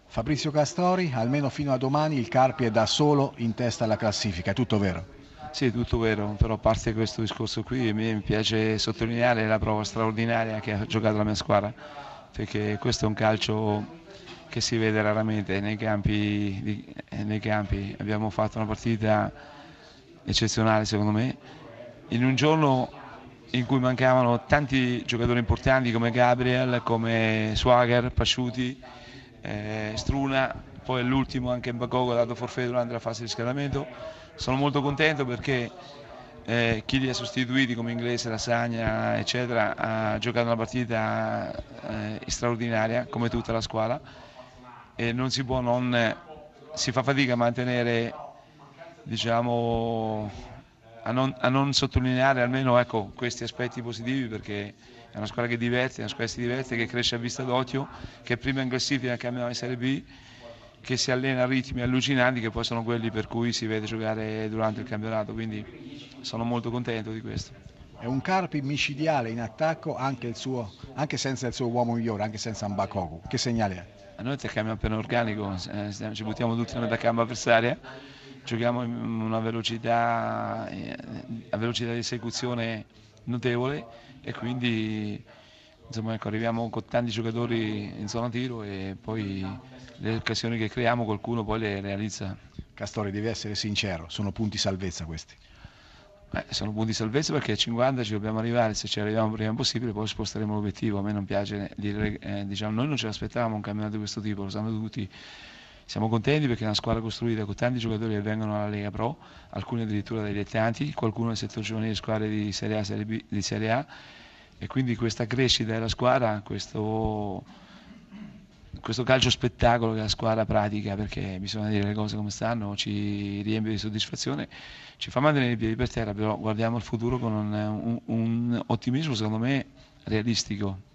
Fabrizio Castori, almeno fino a domani il Carpi è da solo in testa alla classifica, è tutto vero? Sì, è tutto vero, però a parte questo discorso qui, mi piace sottolineare la prova straordinaria che ha giocato la mia squadra, perché questo è un calcio che si vede raramente nei campi, nei campi. Abbiamo fatto una partita eccezionale secondo me, in un giorno in cui mancavano tanti giocatori importanti come Gabriel, come Swagger, Pasciuti, Struna, poi l'ultimo anche Mbagogo ha dato forfait durante la fase di riscaldamento. Sono molto contento perché chi li ha sostituiti come Inglese, Lasagna eccetera ha giocato una partita straordinaria come tutta la squadra e non si può non si fa fatica a mantenere, diciamo, a non sottolineare almeno ecco, questi aspetti positivi, perché è una squadra che diverte, è una squadra che si diverte, che cresce a vista d'occhio, che è prima in classifica, cammina in Serie B, che si allena a ritmi allucinanti che poi sono quelli per cui si vede giocare durante il campionato, quindi sono molto contento di questo. È un Carpi micidiale in attacco anche senza il suo uomo migliore, anche senza Mbakoku. Che segnale è? A noi attacchiamo appena organico, ci buttiamo tutti nella metacampo avversaria, giochiamo in una velocità, a velocità di esecuzione notevole e quindi insomma, ecco, arriviamo con tanti giocatori in zona tiro e poi le occasioni che creiamo qualcuno poi le realizza. Castori, devi essere sincero, sono punti salvezza questi. Sono punti di salvezza perché a 50 ci dobbiamo arrivare, se ci arriviamo prima possibile poi sposteremo l'obiettivo. A me non piace dire, diciamo, noi non ce l'aspettavamo un campionato di questo tipo, lo sanno tutti. Siamo contenti perché è una squadra costruita con tanti giocatori che vengono alla Lega Pro, alcuni addirittura dai dilettanti, qualcuno nel settore giovanile, squadre di Serie A, Serie B, di Serie A, e quindi questa crescita della squadra, questo calcio spettacolo che la squadra pratica, perché bisogna dire le cose come stanno, ci riempie di soddisfazione, ci fa mantenere i piedi per terra, però guardiamo al futuro con un ottimismo secondo me realistico.